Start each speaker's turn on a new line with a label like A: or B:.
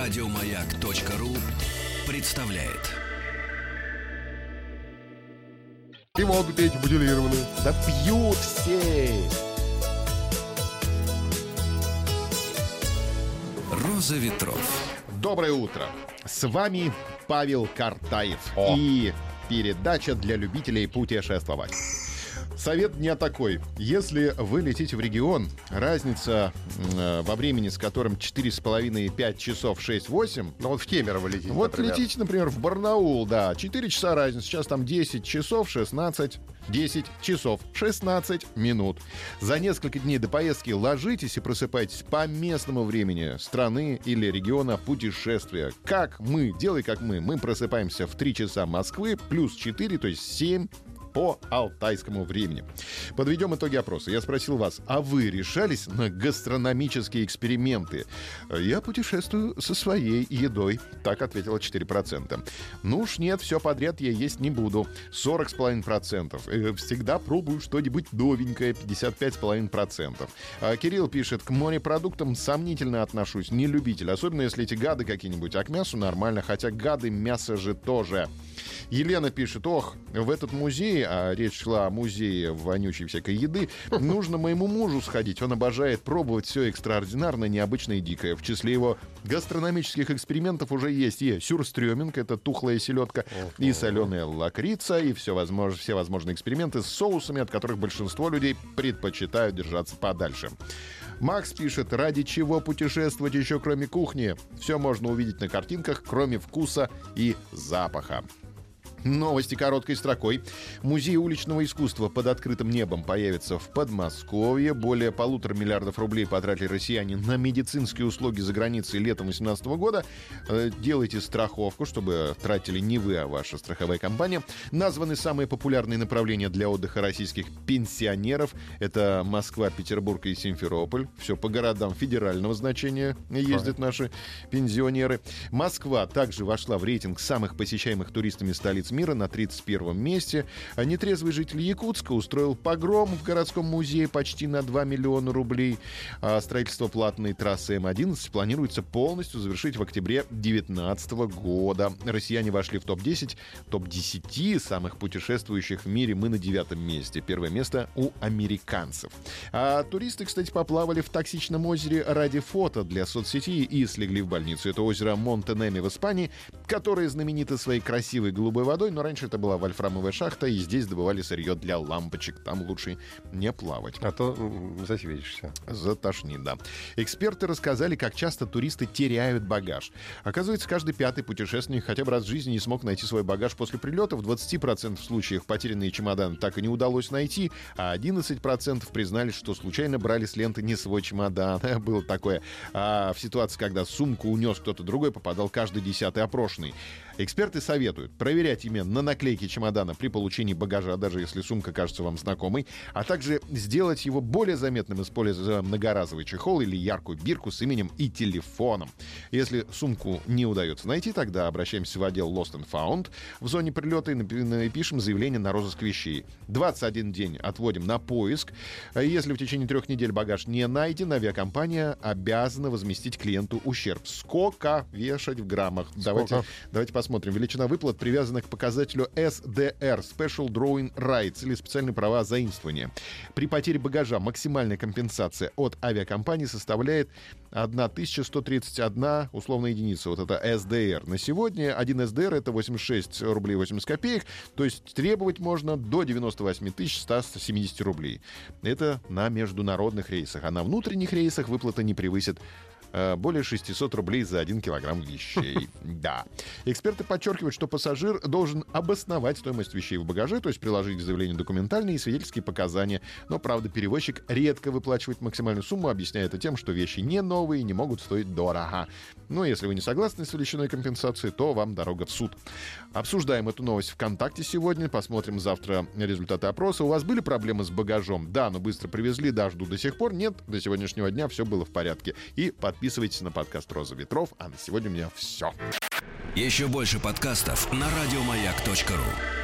A: Радиомаяк.ру представляет.
B: И воду пейте бутилированную.
C: Да пьют все.
A: «Роза ветров».
C: Доброе утро. С вами Павел Картаев. И передача для любителей путешествовать. Совет дня такой. Если вы летите в регион, разница во времени, с которым 4,5-5 часов, 6-8...
B: Ну вот в Кемерово летите,
C: Вот
B: например.
C: летите, например, в Барнаул, да, 4 часа разница. Сейчас там 10 часов 16... 10 часов 16 минут. За несколько дней до поездки ложитесь и просыпайтесь по местному времени страны или региона путешествия. Как мы, делай как мы. Мы просыпаемся в 3 часа Москвы, плюс 4, то есть 7 по алтайскому времени. Подведем итоги опроса. Я спросил вас, а вы решались на гастрономические эксперименты? Я путешествую со своей едой. Так ответило 4%. Ну уж нет, все подряд я есть не буду. 40,5%. Всегда пробую что-нибудь новенькое. 55,5%. Кирилл пишет, к морепродуктам сомнительно отношусь. Не любитель. Особенно если эти гады какие-нибудь. А к мясу нормально. Хотя гады мясо же тоже. Елена пишет, в этот музей, а речь шла о музее вонючей всякой еды, нужно моему мужу сходить. Он обожает пробовать все экстраординарное, необычное и дикое. В числе его гастрономических экспериментов уже есть и сюрстрёминг, это тухлая селедка, и соленая лакрица, и все возможные эксперименты с соусами, от которых большинство людей предпочитают держаться подальше. Макс пишет, ради чего путешествовать еще кроме кухни? Все можно увидеть на картинках, кроме вкуса и запаха. Новости короткой строкой. Музей уличного искусства под открытым небом появится в Подмосковье. Более 1,5 миллиарда рублей потратили россияне на медицинские услуги за границей летом 2018 года. Делайте страховку, чтобы тратили не вы, а ваша страховая компания. Названы самые популярные направления для отдыха российских пенсионеров. Это Москва, Петербург и Симферополь. Все по городам федерального значения ездят наши пенсионеры. Москва также вошла в рейтинг самых посещаемых туристами столиц мира на 31-м месте. А нетрезвый житель Якутска устроил погром в городском музее почти на 2 миллиона рублей. А строительство платной трассы М11 планируется полностью завершить в октябре 2019 года. Россияне вошли в топ-10. Топ-10 самых путешествующих в мире мы на 9-м месте. Первое место у американцев. А туристы, кстати, поплавали в токсичном озере ради фото для соцсетей и слегли в больницу. Это озеро Монте-Неми в Испании, которое знаменито своей красивой голубой водой, но раньше это была вольфрамовая шахта, и здесь добывали сырье для лампочек. Там лучше не плавать.
B: А то засветишься.
C: Затошнит, да. Эксперты рассказали, как часто туристы теряют багаж. Оказывается, каждый пятый путешественник хотя бы раз в жизни не смог найти свой багаж после прилета. В 20% случаев потерянные чемоданы так и не удалось найти, а 11% признались, что случайно брали с ленты не свой чемодан. Было такое. А в ситуации, когда сумку унес кто-то другой, попадал каждый 10-й опрошенный. Эксперты советуют проверять имя на наклейке чемодана при получении багажа, даже если сумка кажется вам знакомой, а также сделать его более заметным, используя многоразовый чехол или яркую бирку с именем и телефоном. Если сумку не удается найти, тогда обращаемся в отдел Lost and Found в зоне прилета и пишем заявление на розыск вещей. 21 день отводим на поиск. Если в течение 3 недель багаж не найден, авиакомпания обязана возместить клиенту ущерб. Сколько вешать в граммах? Давайте посмотрим. Величина выплат привязана к показателю SDR, Special Drawing Rights, или специальные права заимствования. При потере багажа максимальная компенсация от авиакомпании составляет 1131 условная единица. Вот это SDR. На сегодня 1 SDR — это 86 рублей 80 копеек, то есть требовать можно до 98 170 рублей. Это на международных рейсах. А на внутренних рейсах выплата не превысит более 600 рублей за 1 килограмм вещей. Да. Эксперты подчеркивают, что пассажир должен обосновать стоимость вещей в багаже, то есть приложить к заявлению документальные и свидетельские показания. Но, правда, перевозчик редко выплачивает максимальную сумму, объясняя это тем, что вещи не новые и не могут стоить дорого. Но если вы не согласны с величиной компенсации, то вам дорога в суд. Обсуждаем эту новость ВКонтакте сегодня. Посмотрим завтра результаты опроса. У вас были проблемы с багажом? Да, но быстро привезли, да, жду до сих пор. Нет, до сегодняшнего дня все было в порядке. И подписывайтесь на подкаст «Роза ветров». А на сегодня у меня все.
A: Еще больше подкастов на радиомаяк.ру.